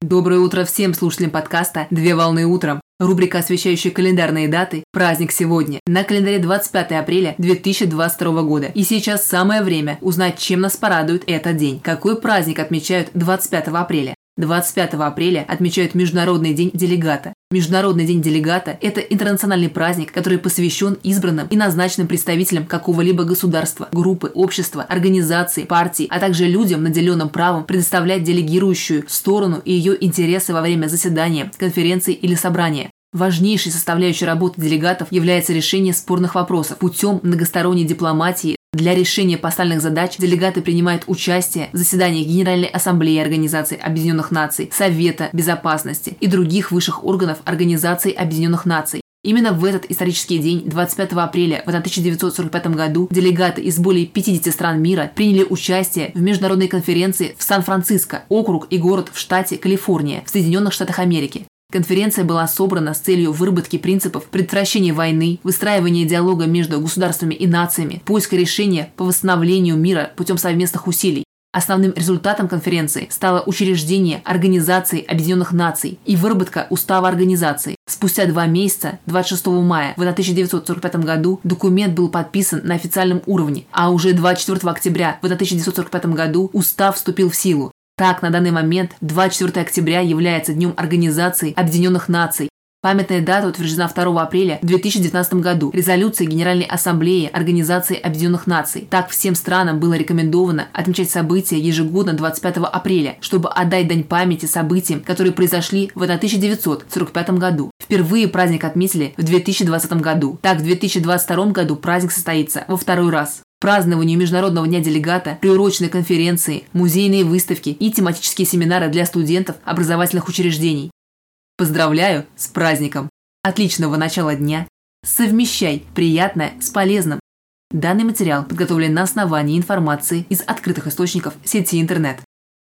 Доброе утро всем слушателям подкаста «Две волны утром». Рубрика, освещающая календарные даты. Праздник сегодня. На календаре 25 апреля 2022 года. И сейчас самое время узнать, чем нас порадует этот день. Какой праздник отмечают 25 апреля? 25 апреля отмечают Международный день делегата. Международный день делегата – это интернациональный праздник, который посвящен избранным и назначенным представителям какого-либо государства, группы, общества, организации, партии, а также людям, наделенным правом предоставлять делегирующую сторону и ее интересы во время заседания, конференции или собрания. Важнейшей составляющей работы делегатов является решение спорных вопросов путем многосторонней дипломатии. Для решения поставленных задач делегаты принимают участие в заседаниях Генеральной Ассамблеи Организации Объединенных Наций, Совета Безопасности и других высших органов Организации Объединенных Наций. Именно в этот исторический день, 25 апреля в 1945 году, делегаты из более 50 стран мира приняли участие в международной конференции в Сан-Франциско, округ и город в штате Калифорния, в Соединенных Штатах Америки. Конференция была собрана с целью выработки принципов предотвращения войны, выстраивания диалога между государствами и нациями, поиска решения по восстановлению мира путем совместных усилий. Основным результатом конференции стало учреждение Организации Объединенных Наций и выработка устава организации. Спустя 2 месяца, 26 мая в 1945 году, документ был подписан на официальном уровне, а уже 24 октября в 1945 году устав вступил в силу. Так, на данный момент 24 октября является Днем Организации Объединенных Наций. Памятная дата утверждена 2 апреля в 2019 году резолюцией Генеральной Ассамблеи Организации Объединенных Наций. Так, всем странам было рекомендовано отмечать события ежегодно 25 апреля, чтобы отдать дань памяти событиям, которые произошли в 1945 году. Впервые праздник отметили в 2020 году. Так, в 2022 году праздник состоится во второй раз. Празднованию Международного дня делегата, приуроченные конференции, музейные выставки и тематические семинары для студентов образовательных учреждений. Поздравляю с праздником! Отличного начала дня! Совмещай приятное с полезным! Данный материал подготовлен на основании информации из открытых источников сети интернет.